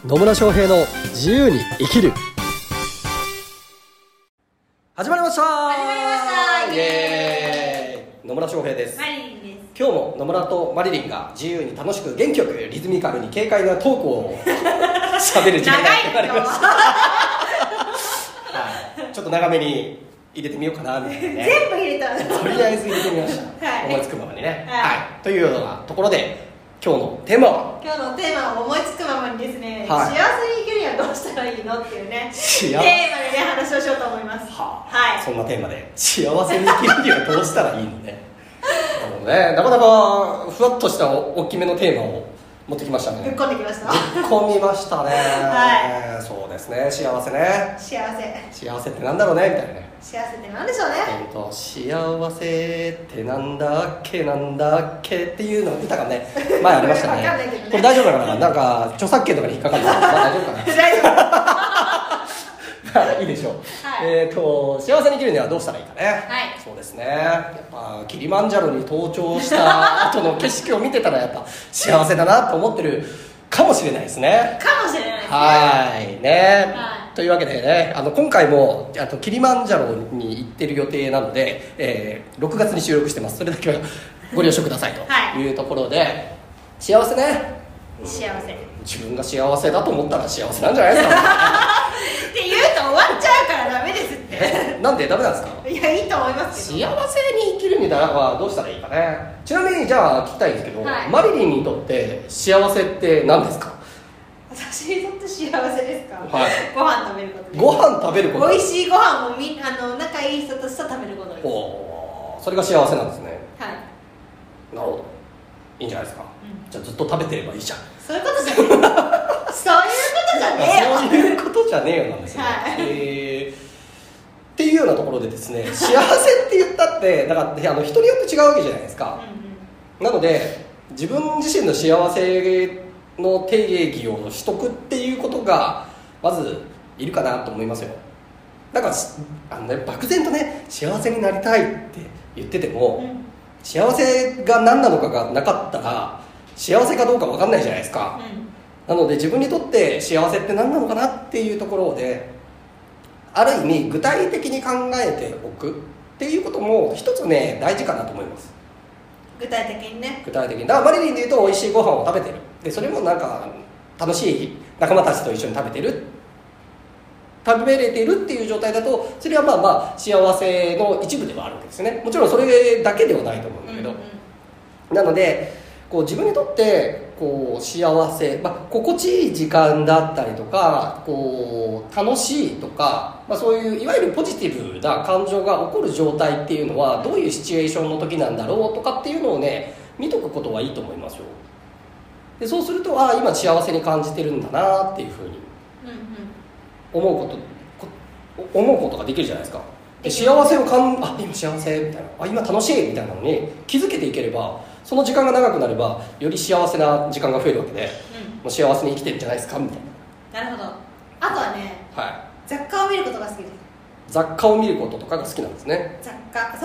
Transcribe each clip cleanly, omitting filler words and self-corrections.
野村翔平の自由に生きる。始まりましたイエーイ。野村翔平です。 マリリンです。 今日も野村とマリリンが自由に楽しく元気よくリズミカルに軽快なトークを喋る時間がやってまいりましたはい、ちょっと長めに入れてみようかなみたいなね。 全部入れたとりあえず入れてみました、 はい、 思いつくままにね、 はいというようなところで今日のテーマは、 今日のテーマを思いつくままにですね、 はい、 幸せに生きるにはどうしたらいいのっていうねテーマでね話をしようと思います。 はい、そんなテーマで幸せに生きるにはどうしたらいいのねなかなかふわっとした大きめのテーマを持ってきましたね。 ぶっ込んできましたぶっ込みましたねはい、 そうですね。幸せね。幸せってなんだろうねみたいなね。 幸せってなんでしょうね。 幸せってなんだっけなんだっけっていうの歌がね前ありましたね分かんないけどね。 これ大丈夫かな。なんか著作権とかに引っかかるのかな、大丈夫かな大丈夫いいでしょう、 はい幸せに生きるにはどうしたらいいかね。 はい、 そうですね。やっぱキリマンジャロに登頂した後の景色を見てたらやっぱ幸せだなと思ってるかもしれないですね。 かもしれないですね。 はいね、 はい、 というわけでね、今回もキリマンジャロに行ってる予定なので、6月に収録してます。それだけはご了承くださいというところで、幸せね。 幸せ。 自分が幸せだと思ったら幸せなんじゃないですかって言うと終わっちゃうからダメですってなんでダメなんですか。 いや、いいと思いますけど。 幸せに生きるにはどうしたらいいかね。ちなみにじゃあ聞きたいんですけど、 はい、 マリリンにとって幸せって何ですか。 私にとって幸せですか。 はい、 ご飯食べることです。 ご飯食べること。 美味しいご飯を仲いい人と食べることです。 おー、それが幸せなんですね。 はい、 なるほど、いいんじゃないですか、じゃあずっと食べてればいいじゃん。 そういうことじゃねえそういうことじゃねえよそういうことじゃねえよなんですね、 はいっていうようなところでですね、幸せって言ったってだから人によって違うわけじゃないですか、なので自分自身の幸せの定義をしとくっていうことがまずいるかなと思いますよ。だから漠然とね幸せになりたいって言ってても、幸せが何なのかがなかったら幸せかどうか分かんないじゃないですか、なので自分にとって幸せって何なのかなっていうところである意味具体的に考えておくっていうことも一つね大事かなと思います。 具体的にね。 具体的にだからマリリンでいうと美味しいご飯を食べてる、でそれもなんか楽しい仲間たちと一緒に食べれてるっていう状態だと、それはまあまあ幸せの一部ではあるわけですね。もちろんそれだけではないと思うんだけど、なので自分にとって幸せ、心地いい時間だったりとか楽しいとか、そういういわゆるポジティブな感情が起こる状態っていうのはどういうシチュエーションの時なんだろうとかっていうのをね見とくことはいいと思いますよ。でそうすると今幸せに感じてるんだなっていうふうに思うことができるじゃないですか。で幸せを今幸せみたいな、今楽しいみたいなのに気づけていければ、その時間が長くなればより幸せな時間が増えるわけで、もう幸せに生きてるんじゃないですかみたいな。なるほど。あとはね、雑貨を見ることが好きです。 雑貨を見ることとかが好きなんですね。 雑貨、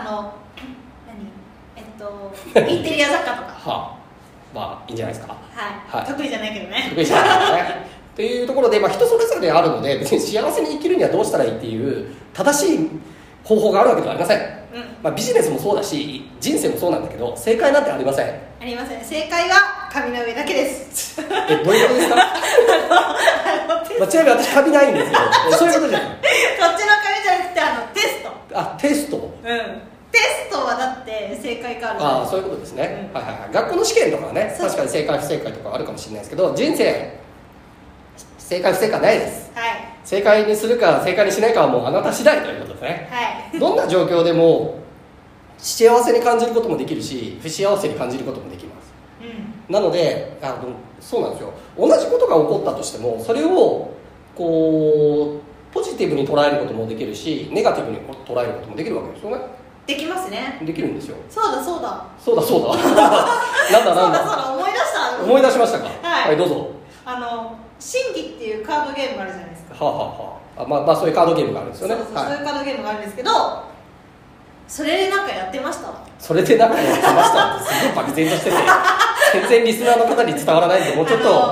インテリア雑貨とかいいんじゃないですか。 得意じゃないけどね。 得意じゃないねっていうところで、人それぞれあるので、別に幸せに生きるにはどうしたらいいっていう正しい方法があるわけではありません、ビジネスもそうだし人生もそうなんだけど、正解なんてありません。 ありません。正解は紙の上だけです。 どういうことですかちなみに私紙ないんですけどそういうことじゃない。 こっちの紙じゃなくてテスト。 テスト。 テストはだって正解がある。 そういうことですね、学校の試験とかはね確かに正解不正解とかあるかもしれないですけど、人生正解不正解ないです、正解にするか正解にしないかはもうあなた次第ということですね、どんな状況でも幸せに感じることもできるし不幸せに感じることもできます、なのでそうなんですよ。同じことが起こったとしてもそれをポジティブに捉えることもできるしネガティブに捉えることもできるわけですよね。 できますね。 できるんですよ。 そうだなんだ思い出した。 思い出しましたか。どうぞ。 審議っていうカードゲームがあるじゃないですか。 そういうカードゲームがあるんですよね。 そういうカードゲームがあるんですけど、それでなんかやってましたわ。 それでなんかやってましたってすごい漠然としてて全然リスナーの方に伝わらないんでもうちょっと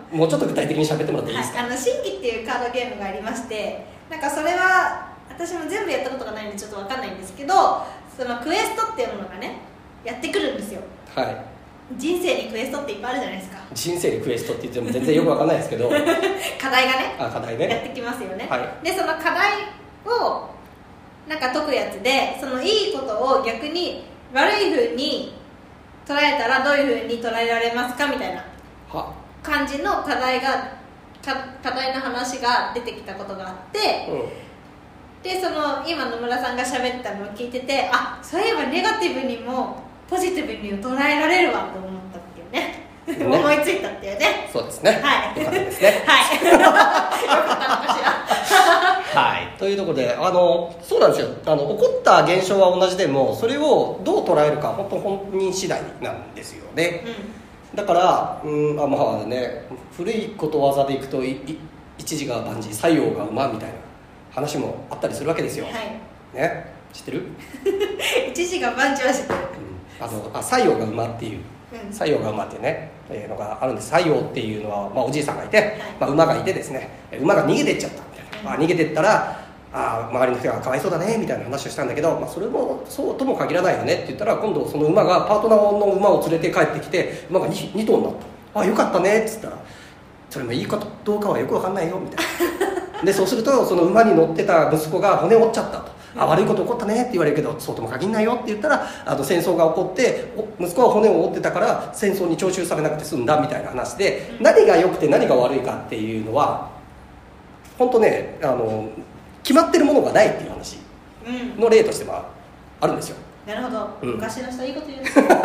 もうちょっと具体的に喋ってもらっていいですか？ はい、心機っていうカードゲームがありまして、なんかそれは私も全部やったことがないのでちょっと分かんないんですけど、そのクエストっていうものがねやってくるんですよ。 はい。 人生にクエストっていっぱいあるじゃないですか。 人生にクエストって言っても全然よく分かんないですけど課題がね、 課題ね、 やってきますよね、 はい、 でその課題をなんか解くやつで、そのいいことを逆に悪い風に捉えたらどういう風に捉えられますかみたいな感じの課題の話が出てきたことがあって、でその今野村さんが喋ったのを聞いてて、あ、そういえばネガティブにもポジティブに捉えられるわと思ったっていうね思いついたっていうね。 そうですね、 はい、 よかったですねはいよかったのかしらはい、というところでそうなんですよ、起こった現象は同じでもそれをどう捉えるか本人次第なんですよね、だからまあね、古いことわざでいくと一時が万事西洋が馬みたいな話もあったりするわけですよ、ね、知ってる？ 一時が万事は知ってる、 西洋が馬っていう、西洋が馬っていうね、のがあるんです。西洋っていうのは、おじいさんがいて、馬がいてですね、馬が逃げてっちゃったみたいな、逃げてったら周りの人がかわいそうだねみたいな話をしたんだけど、それもそうとも限らないよねって言ったら、今度その馬がパートナーの馬を連れて帰ってきて、馬が 2頭になった。よかったねって言ったら、それもいいかどうかはよく分かんないよみたいなでそうするとその馬に乗ってた息子が骨を折っちゃったと、悪いこと起こったねって言われるけど、そうとも限らないよって言ったら、戦争が起こって息子は骨を折ってたから戦争に徴収されなくて済んだみたいな話で、何が良くて何が悪いかっていうのは本当ね、決まってるものがないっていう話の例としてはあるんですよ。 なるほど、昔の人いいこと言う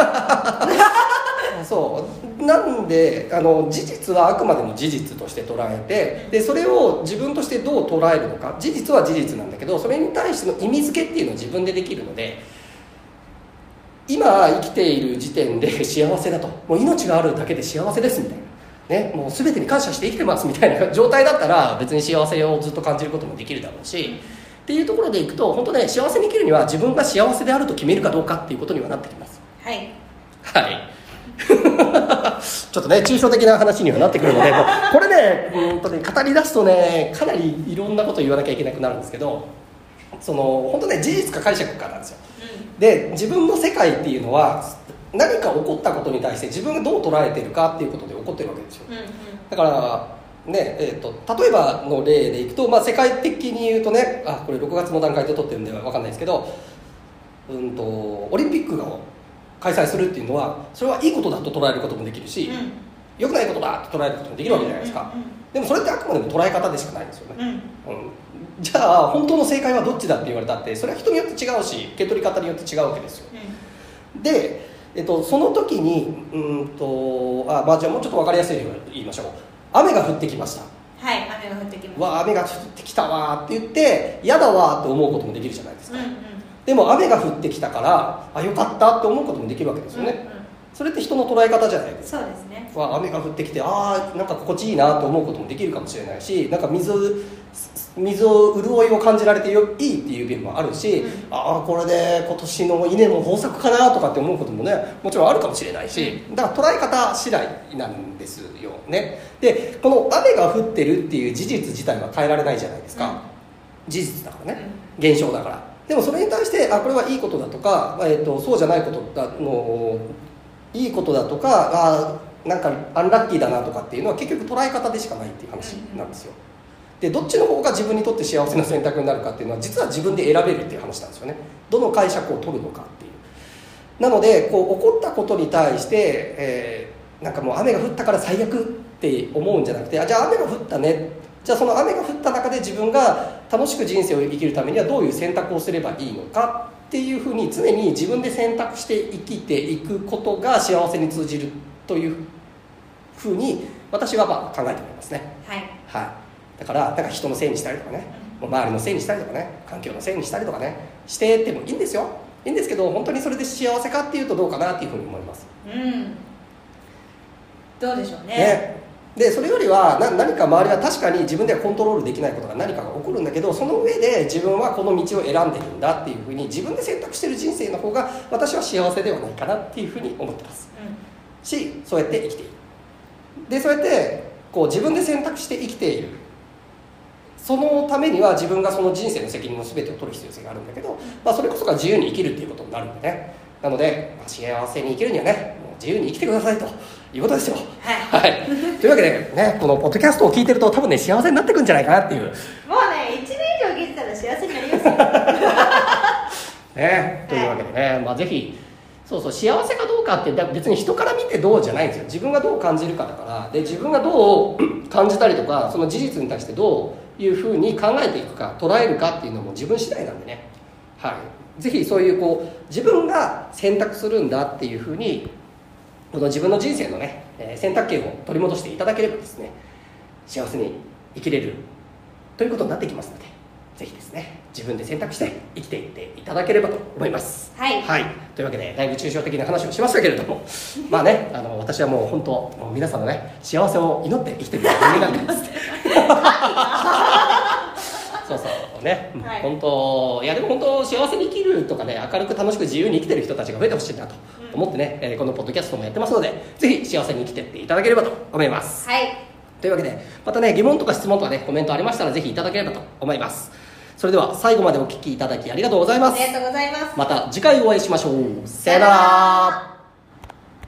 そうなんで事実はあくまでも事実として捉えて、でそれを自分としてどう捉えるのか、事実は事実なんだけど、それに対しての意味付けっていうのを自分でできるので、今生きている時点で幸せだと、もう命があるだけで幸せですみたいな、ね、もう全てに感謝して生きてますみたいな状態だったら別に幸せをずっと感じることもできるだろうし、っていうところでいくと本当ね、幸せに生きるには自分が幸せであると決めるかどうかっていうことにはなってきます。 はいちょっとね抽象的な話にはなってくるので、もうこれね語り出すとねかなりいろんなことを言わなきゃいけなくなるんですけど、本当ね事実か解釈かなんですよ、で自分の世界っていうのは何か起こったことに対して自分がどう捉えているかっていうことで起こってるわけですよ、だからね、例えばの例でいくと、世界的に言うとね、これ6月の段階で撮ってるんで分かんないですけど、オリンピックを開催するっていうのは、それはいいことだと捉えることもできるし、良くないことだと捉えることもできるわけじゃないですか、でもそれってあくまでも捉え方でしかないんですよね、じゃあ本当の正解はどっちだって言われたって、それは人によって違うし受け取り方によって違うわけですよ、で、その時にじゃあもうちょっと分かりやすいように言いましょう。雨が降ってきました。 はい、雨が降ってきました。 雨が降ってきたわって言って嫌だわって思うこともできるじゃないですか、でも雨が降ってきたからよかったって思うこともできるわけですよね、それって人の捉え方じゃないですか。 そうですね。 雨が降ってきてなんか心地いいなと思うこともできるかもしれないし、なんか水を潤いを感じられていいっていう便もあるし、これで今年の稲も豊作かなとかって思うこともね、もちろんあるかもしれないし、だから捉え方次第なんですよね。でこの雨が降ってるっていう事実自体は変えられないじゃないですか、事実だからね、現象だから。でもそれに対してこれはいいことだとか、そうじゃないことだのいいことだとかなんかアンラッキーだなとかっていうのは結局捉え方でしかないっていう話なんですよ。でどっちの方が自分にとって幸せな選択になるかっていうのは実は自分で選べるっていう話なんですよね。どの解釈を取るのかっていう。なので起こったことに対して、なんかもう雨が降ったから最悪って思うんじゃなくて、じゃあ雨が降ったね、じゃあその雨が降った中で自分が楽しく人生を生きるためにはどういう選択をすればいいのかっていうふうに常に自分で選択して生きていくことが幸せに通じるというふうに私は考えておりますね。だから人のせいにしたりとかね、周りのせいにしたりとかね、環境のせいにしたりとかねしてってもいいんですよ。いいんですけど、本当にそれで幸せかっていうとどうかなっていうふうに思います。 どうでしょうね。 でそれよりは何か周りは確かに自分ではコントロールできないことが何かが起こるんだけど、その上で自分はこの道を選んでるんだっていうふうに自分で選択してる人生の方が私は幸せではないかなっていうふうに思ってます、しそうやって生きている。でそうやってこう自分で選択して生きている、そのためには自分がその人生の責任の全てを取る必要性があるんだけど、それこそが自由に生きるっていうことになるんでね。なので、幸せに生きるにはね、もう自由に生きてくださいということですよ。 はい、 はい、というわけでね、このポッドキャストを聞いてると多分ね、幸せになってくんじゃないかなっていう。 もうね、1年以上聞いてたら幸せになりますよね、というわけでね、ぜひそう幸せかどうかって別に人から見てどうじゃないんですよ。自分がどう感じるかだから。で、自分がどう感じたりとか、その事実に対してどういうふうに考えていくか、捉えるかっていうのも自分次第なんでね、はい、ぜひそういう自分が選択するんだっていうふうに、この自分の人生のね、選択権を取り戻していただければですね、幸せに生きれるということになってきますので、ぜひですね、自分で選択して生きていっていただければと思います。 はい、 はい、というわけでだいぶ抽象的な話をしましたけれどもね、私はもう本当もう皆さんのね幸せを祈って生きてる人間なんですそうね、はい、本当いやでも本当幸せに生きるとかね、明るく楽しく自由に生きてる人たちが増えてほしいなと思ってね、このポッドキャストもやってますので、ぜひ幸せに生きていっていただければと思います。 はい、 というわけでまたね、疑問とか質問とかね、コメントありましたらぜひいただければと思います。それでは最後までお聞きいただきありがとうございます。 ありがとうございます。 また次回お会いしましょう。さよなら。